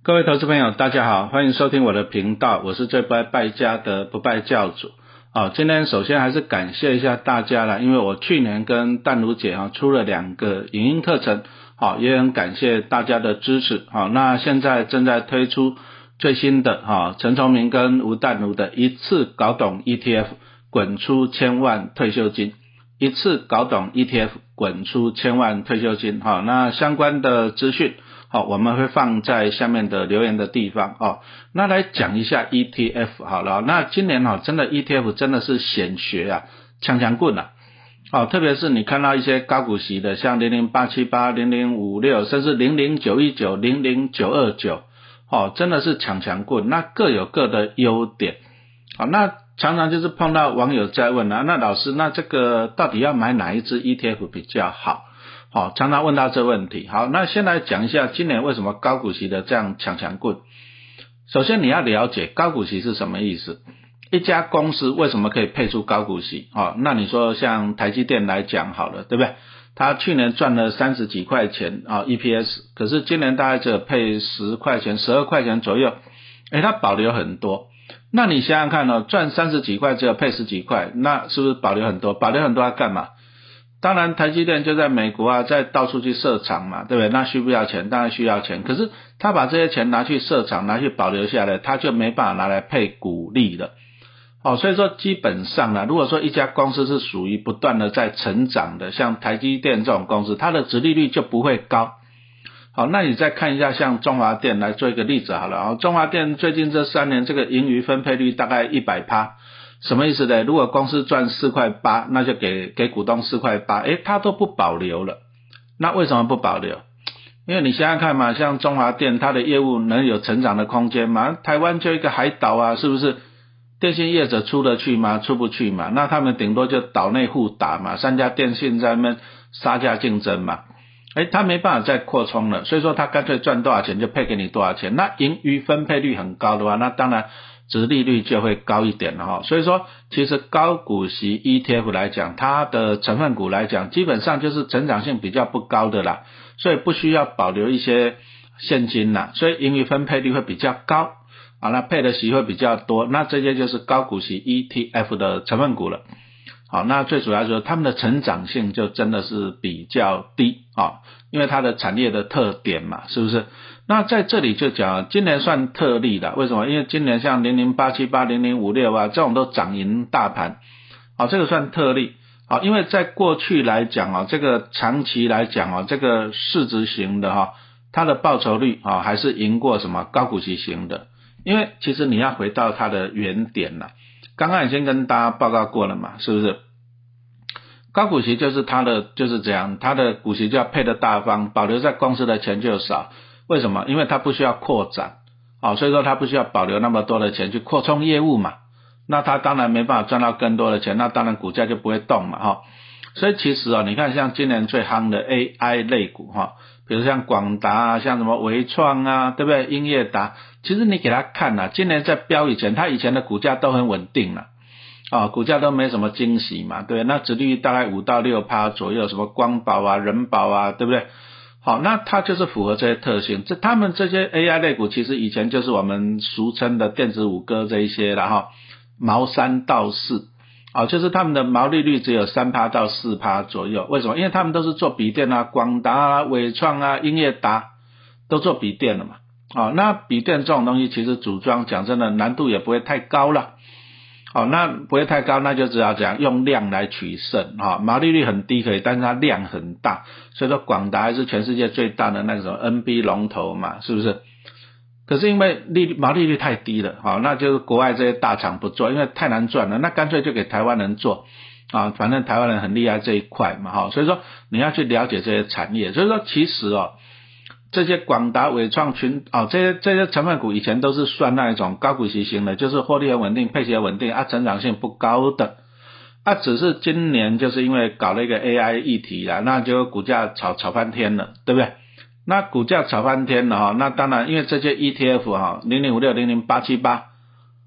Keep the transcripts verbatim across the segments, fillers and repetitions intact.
各位投资朋友大家好，欢迎收听我的频道，我是最不爱败家的不败教主。哦，今天首先还是感谢一下大家啦，因为我去年跟淡如姐啊出了两个影音课程，好，也很感谢大家的支持。好，那现在正在推出最新的哈陈崇明跟吴淡如的一次搞懂 E T F 滚出千万退休金，一次搞懂 E T F 滚出千万退休金。好，那相关的资讯好，我们会放在下面的留言的地方哦。那来讲一下 E T F 好了，那今年哈真的 E T F 真的是显学啊，强强棍啊。哦，特别是你看到一些高股息的，像零零八七八、零零五六，甚至零零九一九、零零九二九，哦，真的是强强棍，那各有各的优点。好，那常常就是碰到网友在问啊，那老师，那这个到底要买哪一支 E T F 比较好？好，常常问到这问题。好，那先来讲一下今年为什么高股息的这样强强棍。首先你要了解高股息是什么意思，一家公司为什么可以配出高股息。好，那你说像台积电来讲好了，对不对？它去年赚了三十几块钱啊 E P S， 可是今年大概只有配十块钱、十二块钱左右，诶，它保留很多。那你想想看哦，赚三十几块只有配十几块，那是不是保留很多？保留很多要干嘛？当然台积电就在美国啊，在到处去设厂嘛，对不对？那需不需要钱？当然需要钱，可是他把这些钱拿去设厂，拿去保留下来，他就没办法拿来配股利了。哦，所以说基本上呢，如果说一家公司是属于不断的在成长的，像台积电这种公司，它的殖利率就不会高。好，那你再看一下像中华电来做一个例子好了。哦，中华电最近这三年这个盈余分配率大概 百分之百，什么意思呢？如果公司赚四块八，那就给给股东四块八，诶，它都不保留了。那为什么不保留？因为你想想看嘛，像中华电它的业务能有成长的空间吗？台湾就一个海岛啊，是不是？电信业者出得去吗？出不去嘛。那他们顶多就岛内互打嘛，三家电信在那边杀价竞争嘛。诶，他没办法再扩充了，所以说他干脆赚多少钱就配给你多少钱。那盈余分配率很高的话，那当然殖利率就会高一点了哈。所以说其实高股息 E T F 来讲，它的成分股来讲基本上就是成长性比较不高的啦，所以不需要保留一些现金啦，所以盈余分配率会比较高啊，那配的息会比较多，那这些就是高股息 E T F 的成分股了。好，那最主要就是他们的成长性就真的是比较低啊，因为它的产业的特点嘛，是不是？那在这里就讲今年算特例的，为什么？因为今年像零零八七八、零零五六啊这种都涨赢大盘，好，这个算特例。好，因为在过去来讲啊，这个长期来讲啊，这个市值型的哈，它的报酬率啊还是赢过什么高股息型的，因为其实你要回到它的原点啦。刚刚已经跟大家报告过了嘛，是不是？高股息就是它的就是这样，它的股息就要配得大方，保留在公司的钱就少。为什么？因为它不需要扩展，好，所以说它不需要保留那么多的钱去扩充业务嘛。那它当然没办法赚到更多的钱，那当然股价就不会动嘛，哈。所以其实啊，你看像今年最夯的 A I 类股哈，比如像广达啊，像什么微创啊，对不对？英业达，其实你给它看啊，今年在飙以前，它以前的股价都很稳定了。啊，股价都没什么惊喜嘛，对，那殖利率大概五到六趴左右，什么光宝啊、人保啊，对不对？好，那它就是符合这些特性。这他们这些 A I 类股，其实以前就是我们俗称的电子五哥这一些啦哈，毛三到四，啊，就是他们的毛利率只有三趴到四趴左右。为什么？因为他们都是做笔电啊，广达啊、伟创啊、英业达都做笔电了嘛。啊，那笔电这种东西，其实组装讲真的难度也不会太高了。好，那不会太高，那就只要讲用量来取胜哈，毛利率很低可以，但是它量很大，所以说广达还是全世界最大的那个什么 N B 龙头嘛，是不是？可是因为利毛利率太低了，好，那就是国外这些大厂不做，因为太难赚了，那干脆就给台湾人做啊，反正台湾人很厉害这一块嘛，哈，所以说你要去了解这些产业，所以说其实哦。这些广达、伟创群哦，这些这些成分股以前都是算那一种高股息型的，就是获利很稳定、配息很稳定啊，成长性不高的啊，只是今年就是因为搞了一个 A I 议题啦，那就股价炒炒翻天了，对不对？那股价炒翻天了哈，那当然因为这些 E T F 哈，零零五六、零零八七八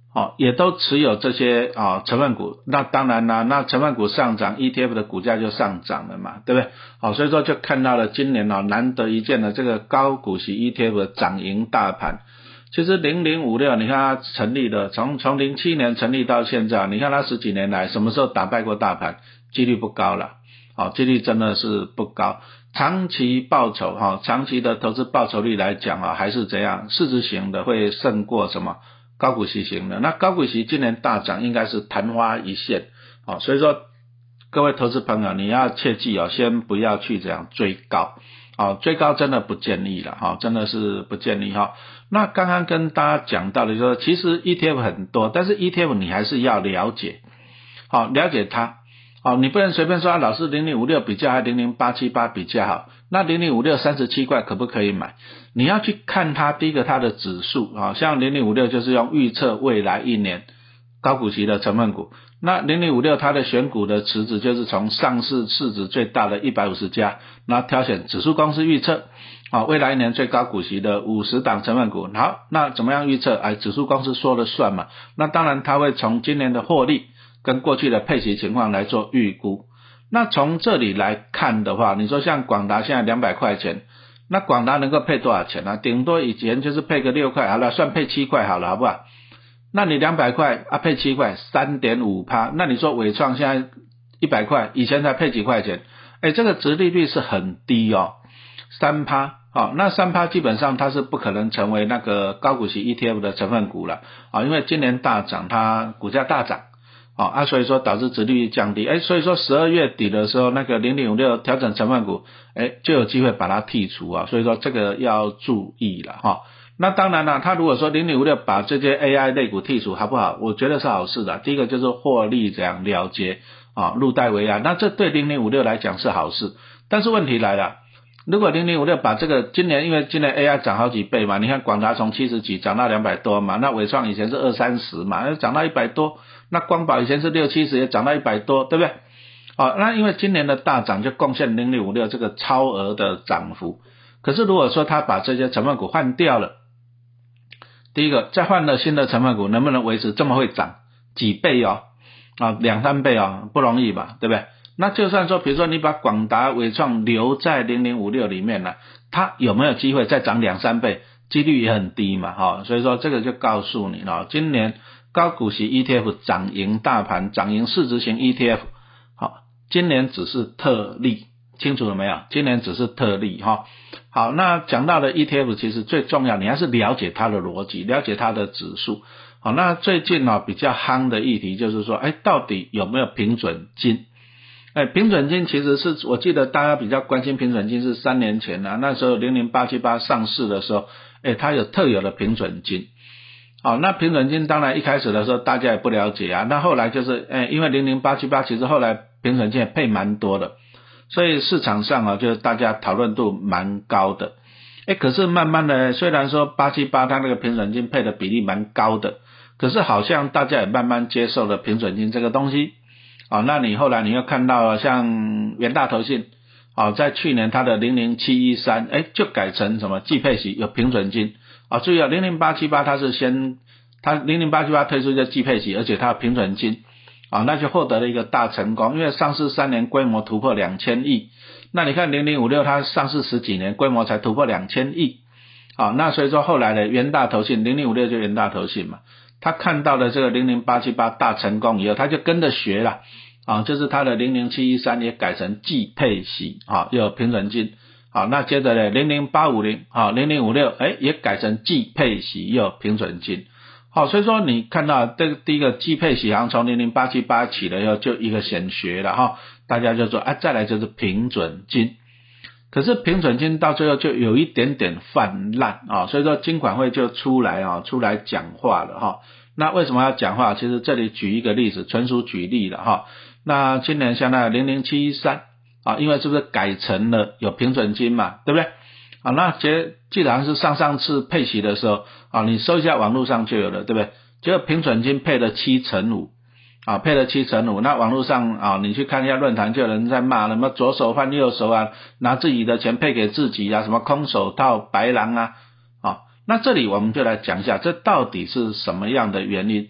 哦，也都持有这些啊、哦、成分股，那当然啦，那成分股上涨 ，E T F 的股价就上涨了嘛，对不对？好、哦，所以说就看到了今年哦难得一见的这个高股息 E T F 的涨赢大盘。其实零零五六，你看它成立的，从从零七年成立到现在，你看它十几年来什么时候打败过大盘？几率不高了，哦，几率真的是不高。长期报酬哈、哦，长期的投资报酬率来讲啊、哦，还是怎样？市值型的会胜过什么？高股息型的，那高股息今年大涨，应该是昙花一现，哦，所以说各位投资朋友，你要切记哦，先不要去这样追高，哦，追高真的不建议了，哈、哦，真的是不建议哈、哦。那刚刚跟大家讲到的就是说，其实 E T F 很多，但是 E T F 你还是要了解，好、哦，了解它，哦，你不能随便说、啊、老师零零五六比较还零零八七八比较好，那零零五六三十七块可不可以买？你要去看它第一个它的指数啊，像零零五六就是用预测未来一年高股息的成分股，那零零五六它的选股的池子就是从上市市值最大的一百五十家，然后挑选指数公司预测啊未来一年最高股息的五十档成分股。好，那怎么样预测？哎，指数公司说了算嘛。那当然它会从今年的获利跟过去的配息情况来做预估。那从这里来看的话，你说像广达现在两百块钱，那广达能够配多少钱呢、啊？顶多以前就是配个六块，好了，算配七块好了，好不好？那你两百块啊配七块 三点五趴， 那你说伟创现在一百块，以前才配几块钱，诶这个殖利率是很低哦， 三趴， 哦，那 三趴 基本上它是不可能成为那个高股息 E T F 的成分股了啊、哦，因为今年大涨，它股价大涨哦啊，所以说导致殖利率降低，诶所以说十二月底的时候那个零零五六调整成分股，诶就有机会把它剔除啊，所以说这个要注意了哈、哦。那当然了，他如果说零零五六把这些 A I 类股剔除好不好？我觉得是好事的。第一个就是获利这样了结啊，入袋为安，那这对零零五六来讲是好事。但是问题来了，如果零零五六把这个今年因为今年 A I 涨好几倍嘛，你看广达从七十几涨到两百多嘛，那伟创以前是二三十嘛，涨到一百多，那光宝以前是六七十也涨到一百多，对不对？哦，那因为今年的大涨就贡献零零五六这个超额的涨幅。可是如果说他把这些成分股换掉了，第一个再换了新的成分股，能不能维持这么会涨几倍哦啊两三倍哦，不容易吧，对不对？那就算说比如说你把广达伟创留在零零五六里面了，它有没有机会再涨两三倍？几率也很低嘛，哈、哦，所以说这个就告诉你了，今年高股息 E T F 涨赢大盘，涨赢市值型 E T F， 好，今年只是特例，清楚了没有？今年只是特例哈。好，那讲到的 E T F 其实最重要，你还是了解它的逻辑，了解它的指数。好，那最近呢、哦、比较夯的议题就是说，哎，到底有没有平准金？哎，平准金其实是我记得大家比较关心平准金是三年前啊，那时候零零八七八上市的时候，哎，它有特有的平准金。好，那平准金当然一开始的时候大家也不了解啊，那后来就是哎，因为零零八七八其实后来平准金也配蛮多的，所以市场上啊就是大家讨论度蛮高的。哎，可是慢慢的虽然说八七八它那个平准金配的比例蛮高的，可是好像大家也慢慢接受了平准金这个东西。好，那你后来你又看到了像元大投信，好，在去年它的零零七一三，哎，就改成什么季配息有平准金。啊，注意啊，零零八七八它是先，它零零八七八推出一个季配息，而且它有平准金，啊，那就获得了一个大成功，因为上市三年规模突破两千亿，那你看零零五六它上市十几年规模才突破两千亿，啊，那所以说后来的元大投信零零五六就元大投信嘛，他看到了这个零零八七八大成功以后，他就跟着学了，啊，就是他的零零七一三也改成季配息，啊，又有平准金。好，那接着呢零零八五零，好，零零五六，哎，也改成季配息又有平准金。好，所以说你看到这个第一个季配息好像从零零八七八起了以后就一个显学了哈，大家就说啊，再来就是平准金。可是平准金到最后就有一点点泛滥啊，所以说金管会就出来啊，出来讲话了哈。那为什么要讲话？其实这里举一个例子，纯属举例了哈。那今年像那零零七一三。啊，因为是不是改成了有平准金嘛，对不对？啊，那既既然是上上次配息的时候啊，你搜一下网络上就有了，对不对？结果平准金配了七成五，啊，配了七成五，那网络上啊，你去看一下论坛，就有人在骂，什么左手换右手啊，拿自己的钱配给自己啊，什么空手套白狼啊，啊，那这里我们就来讲一下，这到底是什么样的原因？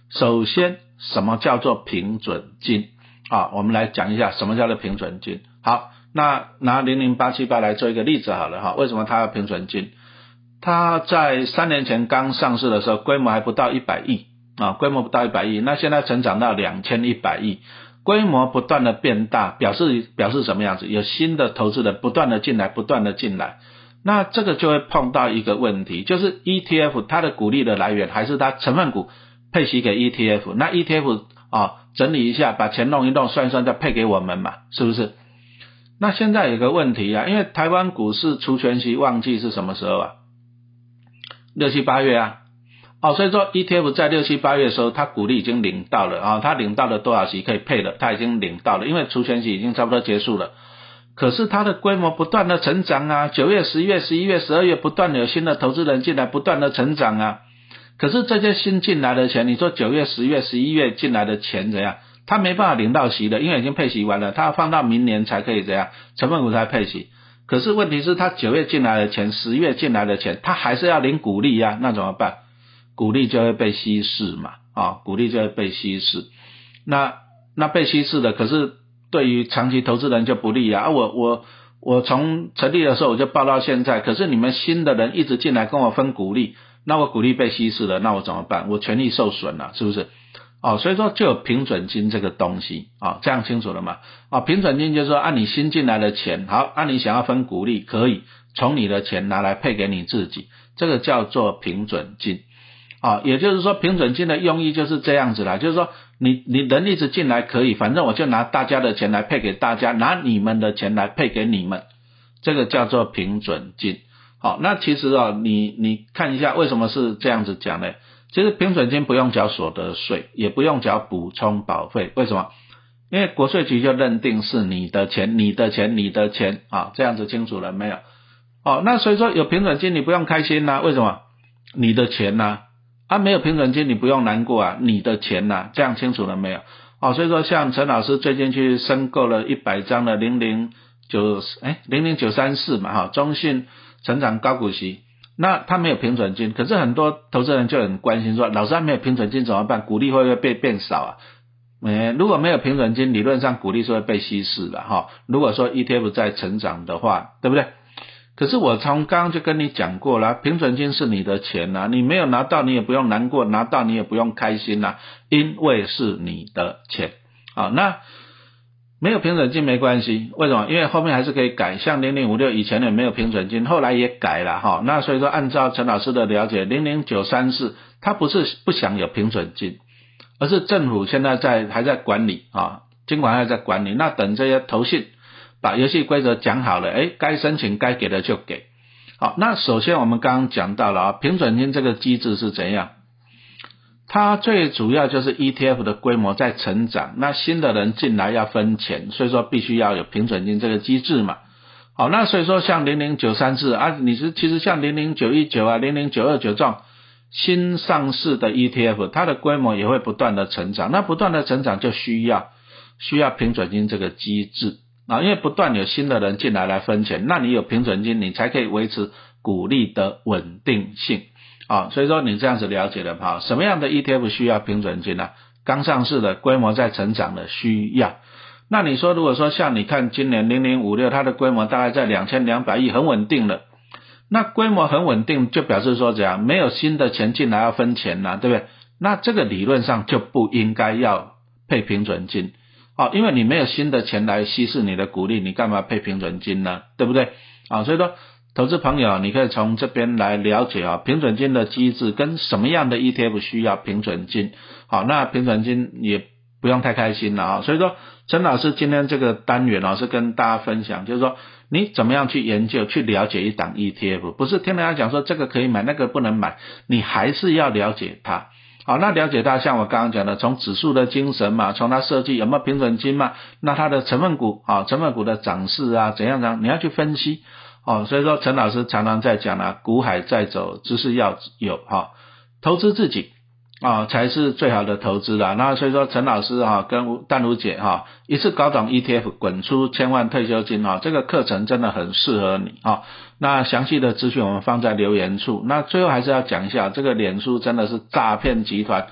首先什么叫做平准金啊？我们来讲一下什么叫做平准金。好，那拿零零八七八来做一个例子好了哈。为什么它要平准金？它在三年前刚上市的时候，规模还不到一百亿啊，规模不到一百亿，那现在成长到两千一百亿，规模不断的变大，表示表示什么样子？有新的投资人不断的进来，不断的进来。那这个就会碰到一个问题，就是 E T F 它的股利的来源还是它成分股配息给 E T F， 那 E T F 啊整理一下，把钱弄一弄，算一算再配给我们嘛，是不是？那现在有个问题啊，因为台湾股市除权息旺季是什么时候啊？六七八月啊，哦，所以说 E T F 在六七八月的时候，它股利已经领到了啊，它领到了多少息可以配了，它已经领到了，因为除权息已经差不多结束了。可是它的规模不断的成长啊，九月、十月、十一月、十二月不断的有新的投资人进来，不断的成长啊。可是这些新进来的钱，你说九月、十月、十一月进来的钱怎样？它没办法领到息的，因为已经配息完了，它要放到明年才可以怎样？成分股才配息。可是问题是它九月进来的钱，十月进来的钱，它还是要领股利啊，那怎么办？股利就会被稀释嘛，啊，股利就会被稀释。那那被稀释的，可是对于长期投资人就不利啊。啊我我我从成立的时候我就报到现在，可是你们新的人一直进来跟我分股利，那我股利被稀释了，那我怎么办？我权益受损了，是不是？哦，所以说就有平准金这个东西啊、哦，这样清楚了吗？啊、哦，平准金就是说按、啊、你新进来的钱，好，按、啊、你想要分股利，可以从你的钱拿来配给你自己，这个叫做平准金。啊、哦，也就是说平准金的用意就是这样子啦，就是说你你人一直进来可以，反正我就拿大家的钱来配给大家，拿你们的钱来配给你们，这个叫做平准金。好、哦，那其实啊、哦，你你看一下为什么是这样子讲呢？其实平准金不用缴所得税，也不用缴补充保费，为什么？因为国税局就认定是你的钱，你的钱，你的钱啊，这样子清楚了没有？哦，那所以说有平准金你不用开心呐、啊，为什么？你的钱呐、啊，啊没有平准金你不用难过啊，你的钱呐、啊，这样清楚了没有？哦，所以说像陈老师最近去申购了一百张的零零九哎零零九三四嘛哈，中信成长高股息。那他没有平准金，可是很多投资人就很关心说，老师他没有平准金怎么办？股利会不会被变少啊？诶，如果没有平准金，理论上股利是会被稀释的哈。如果说 E T F 在成长的话，对不对？可是我从刚刚就跟你讲过了，平准金是你的钱啊，你没有拿到你也不用难过，拿到你也不用开心啊，因为是你的钱。好，那没有平准金没关系，为什么？因为后面还是可以改，像零零五六以前也没有平准金，后来也改了哈。那所以说按照陈老师的了解，零零九三四它不是不想有平准金，而是政府现在在还在管理啊，金管还在管理。那等这些投信把游戏规则讲好了，诶，该申请该给的就给。好，那首先我们刚刚讲到了啊，平准金这个机制是怎样？它最主要就是 E T F 的规模在成长，那新的人进来要分钱，所以说必须要有平准金这个机制嘛。好，那所以说像零零九三四啊，你是其实像零零九一九啊、零零九二九这种新上市的 E T F， 它的规模也会不断的成长，那不断的成长就需要需要平准金这个机制啊，因为不断有新的人进来来分钱，那你有平准金，你才可以维持股利的稳定性。啊，所以说你这样子了解了哈，什么样的 E T F 需要平准金呢、啊？刚上市的规模在成长的需要。那你说如果说像你看今年零零五六它的规模大概在两千两百亿，很稳定了。那规模很稳定就表示说怎样？没有新的钱进来要分钱呐、啊，对不对？那这个理论上就不应该要配平准金。哦，因为你没有新的钱来稀释你的股利，你干嘛配平准金呢？对不对？啊，所以说投资朋友，你可以从这边来了解啊，平准金的机制跟什么样的 E T F 需要平准金。好，那平准金也不用太开心了啊。所以说，陈老师今天这个单元啊，是跟大家分享，就是说你怎么样去研究、去了解一档 E T F， 不是听人家讲说这个可以买，那个不能买，你还是要了解它。好，那了解它，像我刚刚讲的，从指数的精神嘛，从它设计有没有平准金嘛，那它的成分股啊，成分股的涨势啊，怎样怎样，你要去分析。哦，所以说陈老师常常在讲啊，股海在走，知识要有哈、哦，投资自己啊、哦、才是最好的投资啦。那所以说陈老师哈、哦、跟淡如姐哈、哦、一次搞懂 E T F， 滚出千万退休金哈、哦，这个课程真的很适合你哈、哦。那详细的资讯我们放在留言处。那最后还是要讲一下，这个脸书真的是诈骗集团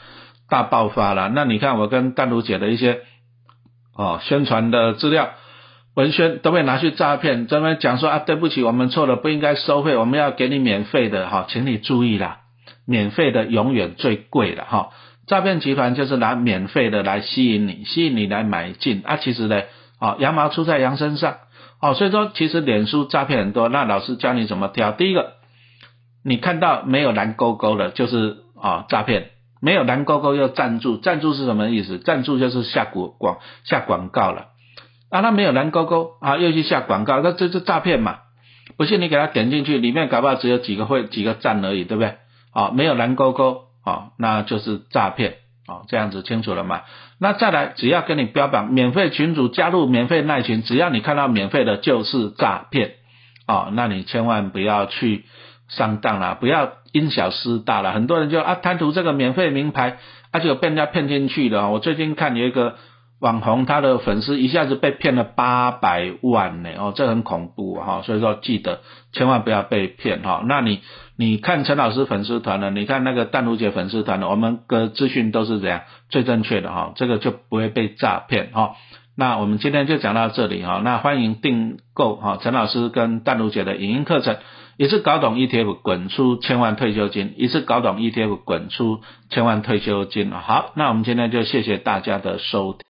大爆发了。那你看我跟淡如姐的一些哦宣传的资料文宣都被拿去诈骗，这边讲说啊对不起我们错了，不应该收费，我们要给你免费的哈、哦，请你注意啦，免费的永远最贵了哈、哦。诈骗集团就是拿免费的来吸引你，吸引你来买进啊，其实呢哦羊毛出在羊身上哦，所以说其实脸书诈骗很多，那老师教你怎么挑。第一个，你看到没有蓝勾勾的就是啊、哦、诈骗，没有蓝勾勾又赞助，赞助是什么意思？赞助就是下广下广告了。啊，他没有蓝勾勾啊，又去下广告，那这是诈骗嘛？不信你给他点进去，里面搞不好只有几个会几个赞而已，对不对？啊，没有蓝勾勾啊，那就是诈骗啊，这样子清楚了吗？那再来，只要跟你标榜免费群组加入免费赖群，只要你看到免费的就是诈骗啊，那你千万不要去上当了，不要因小失大了。很多人就啊贪图这个免费名牌，啊就被人家骗进去了。我最近看有一个网红，他的粉丝一下子被骗了八百万呢，哦，这很恐怖哈、哦，所以说记得千万不要被骗哈、哦。那你你看陈老师粉丝团的，你看那个淡如姐粉丝团的，我们的资讯都是怎样最正确的哈、哦，这个就不会被诈骗哈、哦。那我们今天就讲到这里哈、哦，那欢迎订购哈陈老师跟淡如姐的影音课程，一次搞懂 E T F 滚出千万退休金，一次搞懂 E T F 滚出千万退休金。好，那我们今天就谢谢大家的收听。